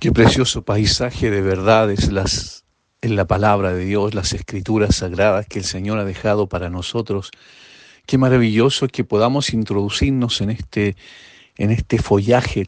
Qué precioso paisaje de verdades en la palabra de Dios, las escrituras sagradas que el Señor ha dejado para nosotros. Qué maravilloso que podamos introducirnos en este follaje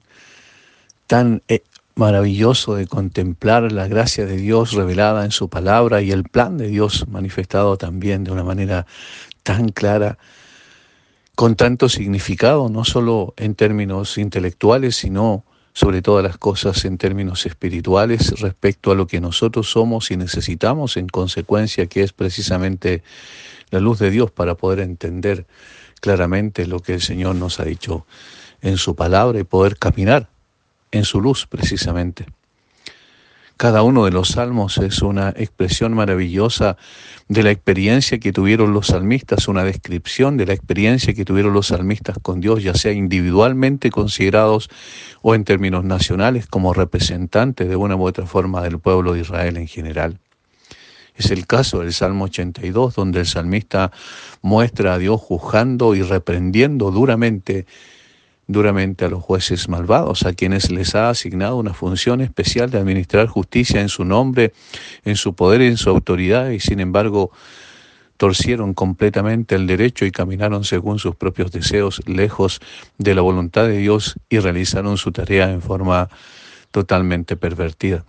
tan maravilloso de contemplar la gracia de Dios revelada en su palabra y el plan de Dios manifestado también de una manera tan clara, con tanto significado, no solo en términos intelectuales, sino sobre todas las cosas en términos espirituales respecto a lo que nosotros somos y necesitamos en consecuencia, que es precisamente la luz de Dios para poder entender claramente lo que el Señor nos ha dicho en su palabra y poder caminar en su luz precisamente. Cada uno de los salmos es una expresión maravillosa de la experiencia que tuvieron los salmistas, una descripción de la experiencia que tuvieron los salmistas con Dios, ya sea individualmente considerados o en términos nacionales como representantes de una u otra forma del pueblo de Israel en general. Es el caso del Salmo 82, donde el salmista muestra a Dios juzgando y reprendiendo duramente a los jueces malvados, a quienes les ha asignado una función especial de administrar justicia en su nombre, en su poder y en su autoridad, y sin embargo torcieron completamente el derecho y caminaron según sus propios deseos, lejos de la voluntad de Dios, y realizaron su tarea en forma totalmente pervertida.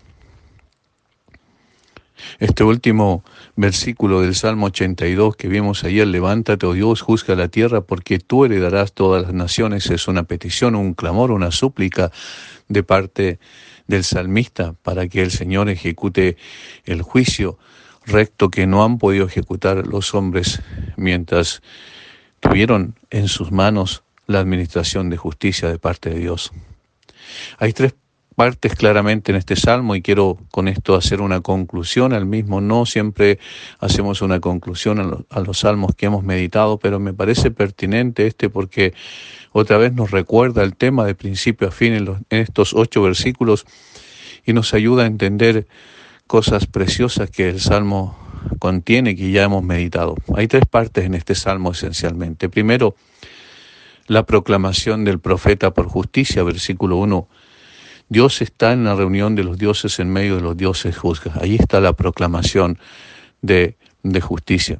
Este último versículo del Salmo 82 que vimos ayer, levántate, oh Dios, juzga la tierra, porque tú heredarás todas las naciones, es una petición, un clamor, una súplica de parte del salmista para que el Señor ejecute el juicio recto que no han podido ejecutar los hombres mientras tuvieron en sus manos la administración de justicia de parte de Dios. Hay tres partes claramente en este salmo y quiero con esto hacer una conclusión al mismo. No siempre hacemos una conclusión a los salmos que hemos meditado, pero me parece pertinente porque otra vez nos recuerda el tema de principio a fin en estos 8 versículos y nos ayuda a entender cosas preciosas que el salmo contiene, que ya hemos meditado. Hay 3 partes en este salmo esencialmente. Primero, la proclamación del profeta por justicia, versículo 1. Dios está en la reunión de los dioses, en medio de los dioses juzga. Ahí está la proclamación de justicia,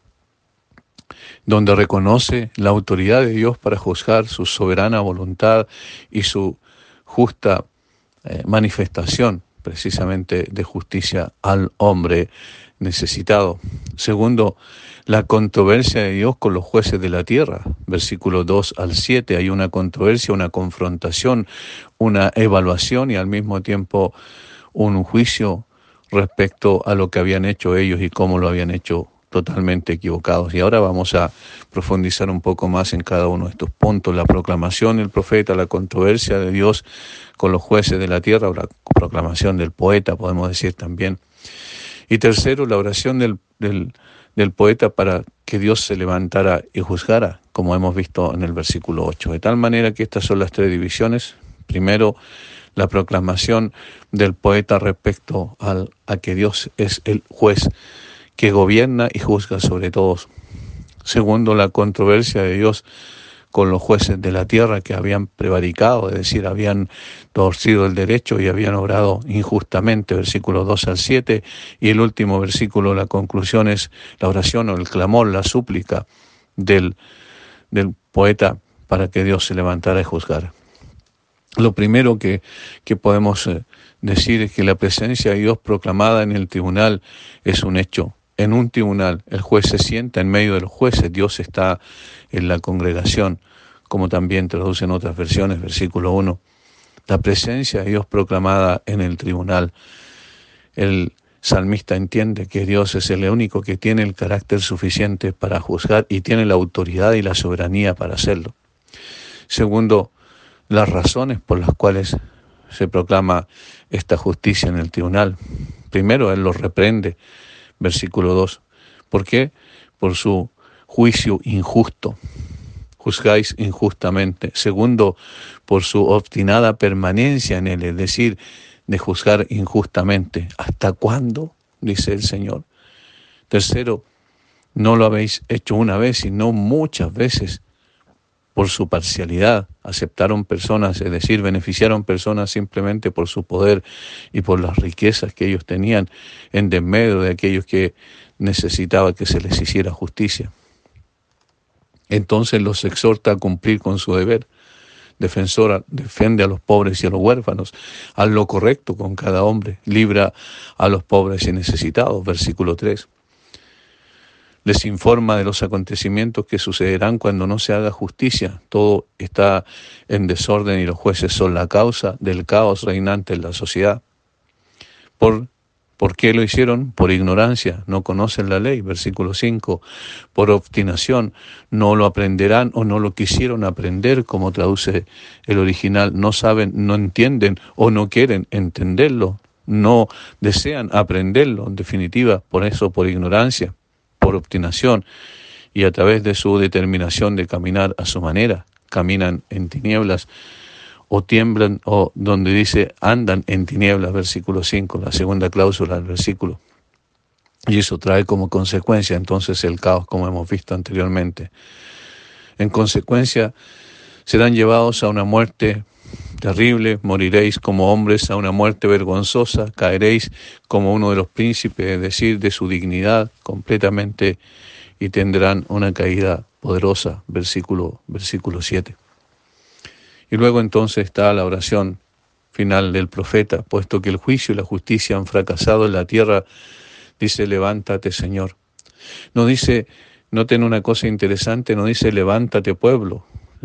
donde reconoce la autoridad de Dios para juzgar, su soberana voluntad y su justa manifestación precisamente de justicia al hombre necesitado. Segundo, la controversia de Dios con los jueces de la tierra, versículos 2 al 7, hay una controversia, una confrontación, una evaluación y al mismo tiempo un juicio respecto a lo que habían hecho ellos y cómo lo habían hecho totalmente equivocados. Y ahora vamos a profundizar un poco más en cada uno de estos puntos: la proclamación del profeta, la controversia de Dios con los jueces de la tierra, o la proclamación del poeta, podemos decir también. Y tercero, la oración del poeta para que Dios se levantara y juzgara, como hemos visto en el versículo 8. De tal manera que estas son las 3 divisiones. Primero, la proclamación del poeta respecto a que Dios es el juez que gobierna y juzga sobre todos. Segundo, la controversia de Dios con los jueces de la tierra que habían prevaricado, es decir, habían torcido el derecho y habían obrado injustamente, versículos 2 al 7, y el último versículo, la conclusión, es la oración o el clamor, la súplica del poeta para que Dios se levantara y juzgara. Lo primero que podemos decir es que la presencia de Dios proclamada en el tribunal es un hecho. En un tribunal el juez se sienta en medio de los jueces, Dios está en la congregación, como también traduce en otras versiones, versículo 1. La presencia de Dios proclamada en el tribunal. El salmista entiende que Dios es el único que tiene el carácter suficiente para juzgar y tiene la autoridad y la soberanía para hacerlo. Segundo, las razones por las cuales se proclama esta justicia en el tribunal. Primero, Él los reprende, versículo 2. ¿Por qué? Por su juicio injusto. Juzgáis injustamente. Segundo, por su obstinada permanencia en Él, es decir, de juzgar injustamente. ¿Hasta cuándo? Dice el Señor. Tercero, no lo habéis hecho una vez, sino muchas veces. por su parcialidad, aceptaron personas, es decir, beneficiaron personas simplemente por su poder y por las riquezas que ellos tenían en desmedro de aquellos que necesitaba que se les hiciera justicia. Entonces los exhorta a cumplir con su deber. Defiende a los pobres y a los huérfanos, haz lo correcto con cada hombre, libra a los pobres y necesitados, versículo 3. Les informa de los acontecimientos que sucederán cuando no se haga justicia. Todo está en desorden y los jueces son la causa del caos reinante en la sociedad. ¿Por qué lo hicieron? Por ignorancia, no conocen la ley, versículo 5. Por obstinación, no lo aprenderán o no lo quisieron aprender, como traduce el original. No saben, no entienden o no quieren entenderlo, no desean aprenderlo, en definitiva, por eso, por ignorancia, por obstinación, y a través de su determinación de caminar a su manera, caminan en tinieblas, o tiemblan, o donde dice andan en tinieblas, versículo 5, la segunda cláusula del versículo. Y eso trae como consecuencia entonces el caos, como hemos visto anteriormente. En consecuencia, serán llevados a una muerte terrible, moriréis como hombres a una muerte vergonzosa, caeréis como uno de los príncipes, es decir, de su dignidad completamente, y tendrán una caída poderosa, versículo 7. Y luego entonces está la oración final del profeta, puesto que el juicio y la justicia han fracasado en la tierra, dice, levántate, Señor. No dice, noten una cosa interesante, no dice, levántate pueblo,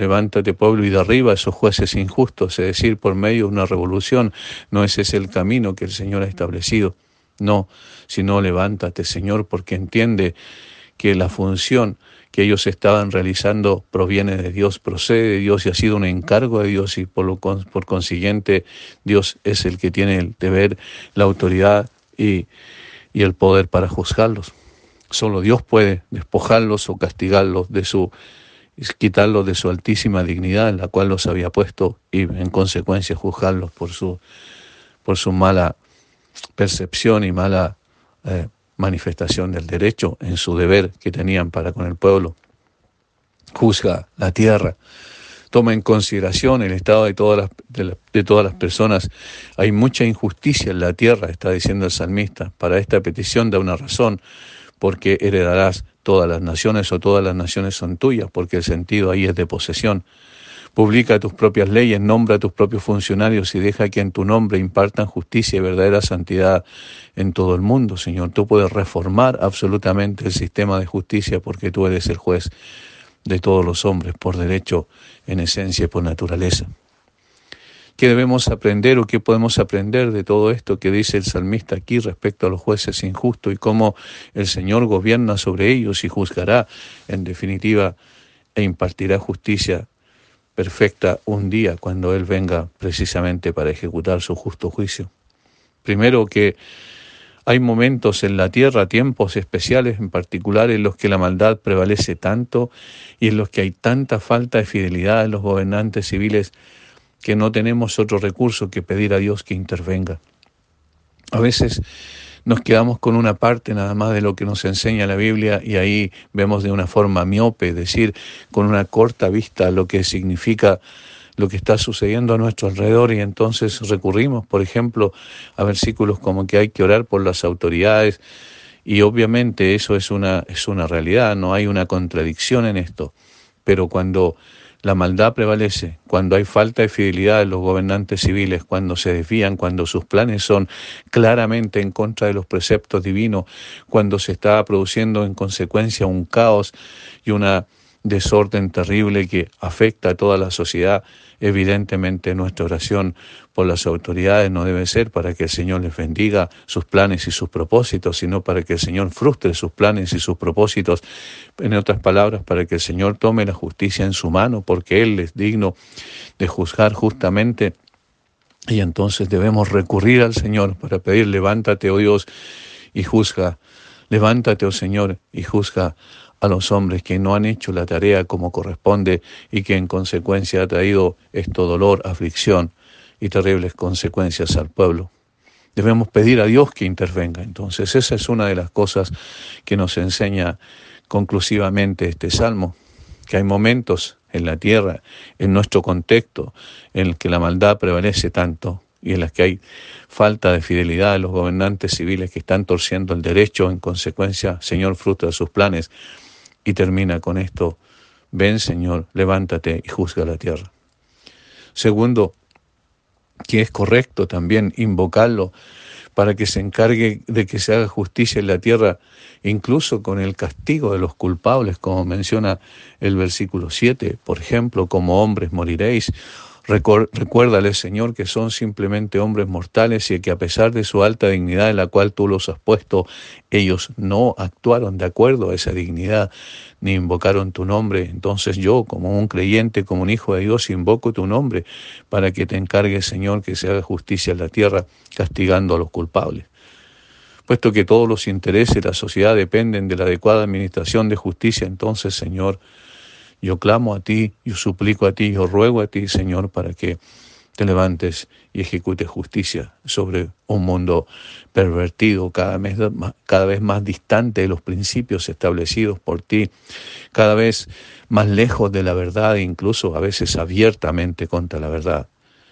y derriba a esos jueces injustos, es decir, por medio de una revolución. No ese es el camino que el Señor ha establecido, no, sino levántate, Señor, porque entiende que la función que ellos estaban realizando proviene de Dios, procede de Dios y ha sido un encargo de Dios, y por consiguiente Dios es el que tiene el deber, la autoridad y el poder para juzgarlos. Solo Dios puede despojarlos o castigarlos quitarlos de su altísima dignidad en la cual los había puesto, y en consecuencia juzgarlos por su mala percepción y mala manifestación del derecho en su deber que tenían para con el pueblo. Juzga la tierra, toma en consideración el estado de todas las personas. Hay mucha injusticia en la tierra, está diciendo el salmista. Para esta petición da una razón, porque heredarás todas las naciones, o todas las naciones son tuyas, porque el sentido ahí es de posesión. Publica tus propias leyes, nombra a tus propios funcionarios y deja que en tu nombre impartan justicia y verdadera santidad en todo el mundo, Señor. Tú puedes reformar absolutamente el sistema de justicia, porque tú eres el juez de todos los hombres, por derecho, en esencia y por naturaleza. ¿Qué debemos aprender o qué podemos aprender de todo esto que dice el salmista aquí respecto a los jueces injustos y cómo el Señor gobierna sobre ellos y juzgará, en definitiva, e impartirá justicia perfecta un día cuando Él venga precisamente para ejecutar su justo juicio? Primero, que hay momentos en la tierra, tiempos especiales en particular, en los que la maldad prevalece tanto y en los que hay tanta falta de fidelidad en los gobernantes civiles que no tenemos otro recurso que pedir a Dios que intervenga. A veces nos quedamos con una parte nada más de lo que nos enseña la Biblia, y ahí vemos de una forma miope, es decir, con una corta vista lo que significa lo que está sucediendo a nuestro alrededor, y entonces recurrimos, por ejemplo, a versículos como que hay que orar por las autoridades, y obviamente eso es una realidad, no hay una contradicción en esto, pero cuando la maldad prevalece, cuando hay falta de fidelidad de los gobernantes civiles, cuando se desvían, cuando sus planes son claramente en contra de los preceptos divinos, cuando se está produciendo en consecuencia un caos y una desorden terrible que afecta a toda la sociedad, evidentemente nuestra oración por las autoridades no debe ser para que el Señor les bendiga sus planes y sus propósitos, sino para que el Señor frustre sus planes y sus propósitos. En otras palabras, para que el Señor tome la justicia en su mano, porque Él es digno de juzgar justamente. Y entonces debemos recurrir al Señor para pedir: levántate, oh Dios, y juzga. Levántate, oh Señor, y juzga a los hombres que no han hecho la tarea como corresponde y que en consecuencia ha traído esto dolor, aflicción y terribles consecuencias al pueblo. Debemos pedir a Dios que intervenga. Entonces esa es una de las cosas que nos enseña conclusivamente este salmo. que hay momentos en la tierra, en nuestro contexto, en el que la maldad prevalece tanto y en las que hay falta de fidelidad de los gobernantes civiles que están torciendo el derecho, en consecuencia, Señor, fruto de sus planes. Y termina con esto: ven, Señor, levántate y juzga la tierra. Segundo, que es correcto también invocarlo para que se encargue de que se haga justicia en la tierra, incluso con el castigo de los culpables, como menciona el versículo 7. Por ejemplo, como hombres moriréis. Recuérdales, Señor, que son simplemente hombres mortales y que a pesar de su alta dignidad en la cual tú los has puesto, ellos no actuaron de acuerdo a esa dignidad, ni invocaron tu nombre. Entonces yo, como un creyente, como un hijo de Dios, invoco tu nombre para que te encargues, Señor, que se haga justicia en la tierra, castigando a los culpables. Puesto que todos los intereses de la sociedad dependen de la adecuada administración de justicia, entonces, Señor, yo clamo a ti, yo suplico a ti, yo ruego a ti, Señor, para que te levantes y ejecutes justicia sobre un mundo pervertido, cada vez más distante de los principios establecidos por ti, cada vez más lejos de la verdad e incluso a veces abiertamente contra la verdad.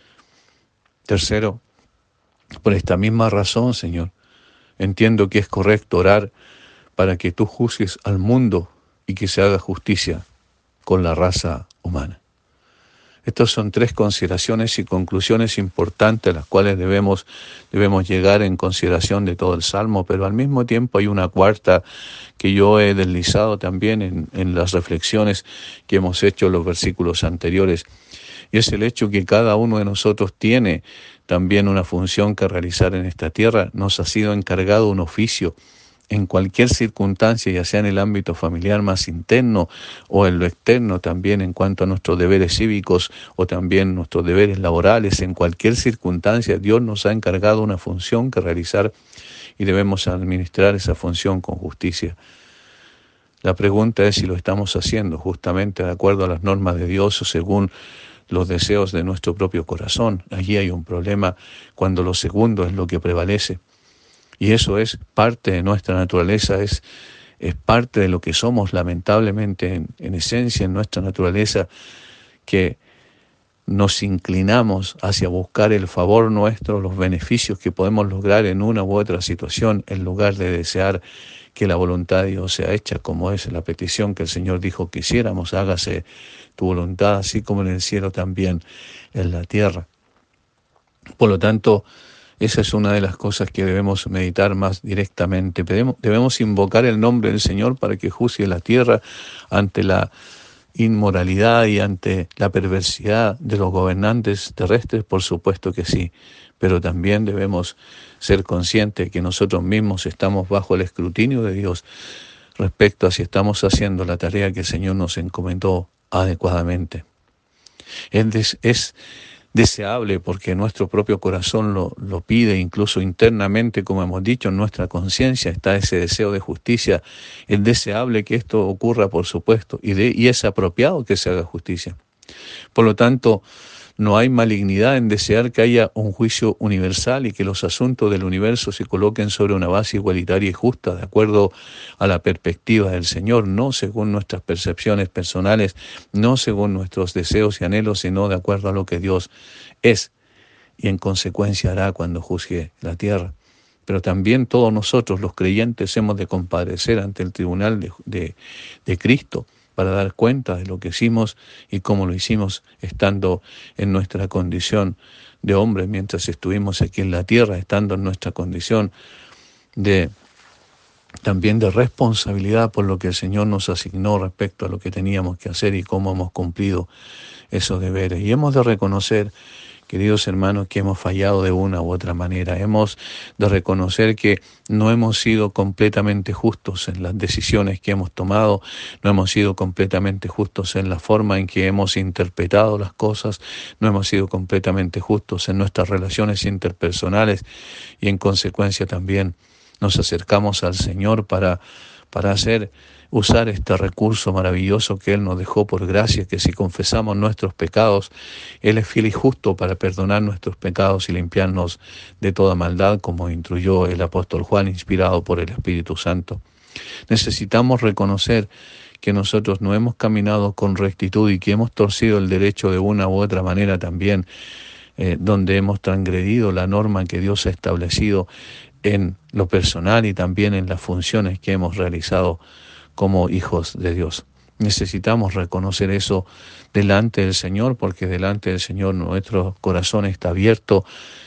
Tercero, por esta misma razón, Señor, entiendo que es correcto orar para que tú juzgues al mundo y que se haga justicia con la raza humana. Estas son tres consideraciones y conclusiones importantes a las cuales debemos llegar en consideración de todo el Salmo, pero al mismo tiempo hay una cuarta que yo he deslizado también en las reflexiones que hemos hecho en los versículos anteriores, y es el hecho que cada uno de nosotros tiene también una función que realizar en esta tierra. Nos ha sido encargado un oficio en cualquier circunstancia, ya sea en el ámbito familiar más interno o en lo externo, también en cuanto a nuestros deberes cívicos o también nuestros deberes laborales. En cualquier circunstancia, Dios nos ha encargado una función que realizar y debemos administrar esa función con justicia. La pregunta es si lo estamos haciendo justamente de acuerdo a las normas de Dios o según los deseos de nuestro propio corazón. Allí hay un problema cuando lo segundo es lo que prevalece. Y eso es parte de nuestra naturaleza, es parte de lo que somos, lamentablemente, en esencia, en nuestra naturaleza, que nos inclinamos hacia buscar el favor nuestro, los beneficios que podemos lograr en una u otra situación, en lugar de desear que la voluntad de Dios sea hecha, como es la petición que el Señor dijo que hiciéramos: hágase tu voluntad, así como en el cielo, también en la tierra. Por lo tanto, esa es una de las cosas que debemos meditar más directamente. Debemos invocar el nombre del Señor para que juzgue la tierra ante la inmoralidad y ante la perversidad de los gobernantes terrestres, por supuesto que sí, pero también debemos ser conscientes que nosotros mismos estamos bajo el escrutinio de Dios respecto a si estamos haciendo la tarea que el Señor nos encomendó adecuadamente. Es deseable, porque nuestro propio corazón lo pide, incluso internamente, como hemos dicho, en nuestra conciencia está ese deseo de justicia. Es deseable que esto ocurra, por supuesto, y es apropiado que se haga justicia. Por lo tanto, no hay malignidad en desear que haya un juicio universal y que los asuntos del universo se coloquen sobre una base igualitaria y justa, de acuerdo a la perspectiva del Señor, no según nuestras percepciones personales, no según nuestros deseos y anhelos, sino de acuerdo a lo que Dios es y en consecuencia hará cuando juzgue la tierra. Pero también todos nosotros, los creyentes, hemos de comparecer ante el tribunal de Cristo, para dar cuenta de lo que hicimos y cómo lo hicimos estando en nuestra condición de hombre, mientras estuvimos aquí en la tierra, estando en nuestra condición también de responsabilidad por lo que el Señor nos asignó respecto a lo que teníamos que hacer y cómo hemos cumplido esos deberes. Y hemos de reconocer, queridos hermanos, que hemos fallado de una u otra manera. Hemos de reconocer que no hemos sido completamente justos en las decisiones que hemos tomado, no hemos sido completamente justos en la forma en que hemos interpretado las cosas, no hemos sido completamente justos en nuestras relaciones interpersonales y en consecuencia también nos acercamos al Señor para usar este recurso maravilloso que Él nos dejó por gracia, que si confesamos nuestros pecados, Él es fiel y justo para perdonar nuestros pecados y limpiarnos de toda maldad, como instruyó el apóstol Juan, inspirado por el Espíritu Santo. Necesitamos reconocer que nosotros no hemos caminado con rectitud y que hemos torcido el derecho de una u otra manera también, donde hemos transgredido la norma que Dios ha establecido en lo personal y también en las funciones que hemos realizado como hijos de Dios. Necesitamos reconocer eso delante del Señor, porque delante del Señor nuestro corazón está abierto,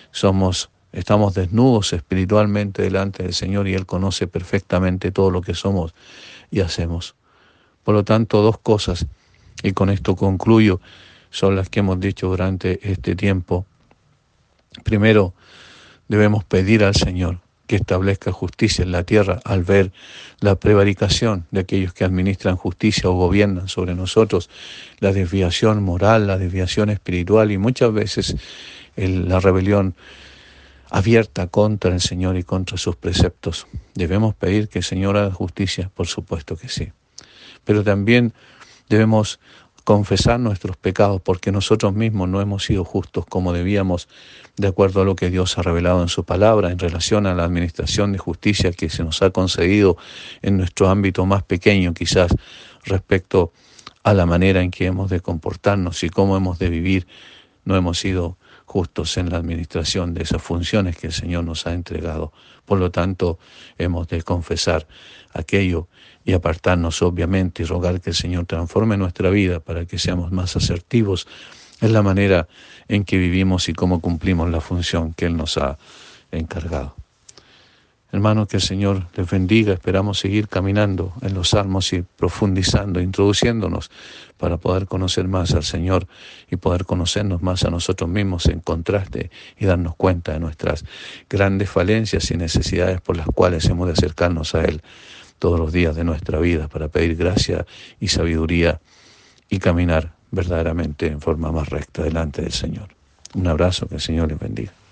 estamos desnudos espiritualmente delante del Señor y Él conoce perfectamente todo lo que somos y hacemos. Por lo tanto, dos cosas, y con esto concluyo, son las que hemos dicho durante este tiempo. Primero, debemos pedir al Señor que establezca justicia en la tierra al ver la prevaricación de aquellos que administran justicia o gobiernan sobre nosotros, la desviación moral, la desviación espiritual y muchas veces la rebelión abierta contra el Señor y contra sus preceptos. Debemos pedir que el Señor haga justicia, por supuesto que sí. Pero también debemos confesar nuestros pecados porque nosotros mismos no hemos sido justos como debíamos, de acuerdo a lo que Dios ha revelado en su palabra en relación a la administración de justicia que se nos ha concedido en nuestro ámbito más pequeño, quizás respecto a la manera en que hemos de comportarnos y cómo hemos de vivir. No hemos sido justos en la administración de esas funciones que el Señor nos ha entregado. Por lo tanto, hemos de confesar aquello y apartarnos obviamente y rogar que el Señor transforme nuestra vida para que seamos más asertivos en la manera en que vivimos y cómo cumplimos la función que Él nos ha encargado. Hermanos, que el Señor les bendiga. Esperamos seguir caminando en los salmos y profundizando, introduciéndonos para poder conocer más al Señor y poder conocernos más a nosotros mismos en contraste y darnos cuenta de nuestras grandes falencias y necesidades por las cuales hemos de acercarnos a Él todos los días de nuestra vida para pedir gracia y sabiduría y caminar verdaderamente en forma más recta delante del Señor. Un abrazo, que el Señor les bendiga.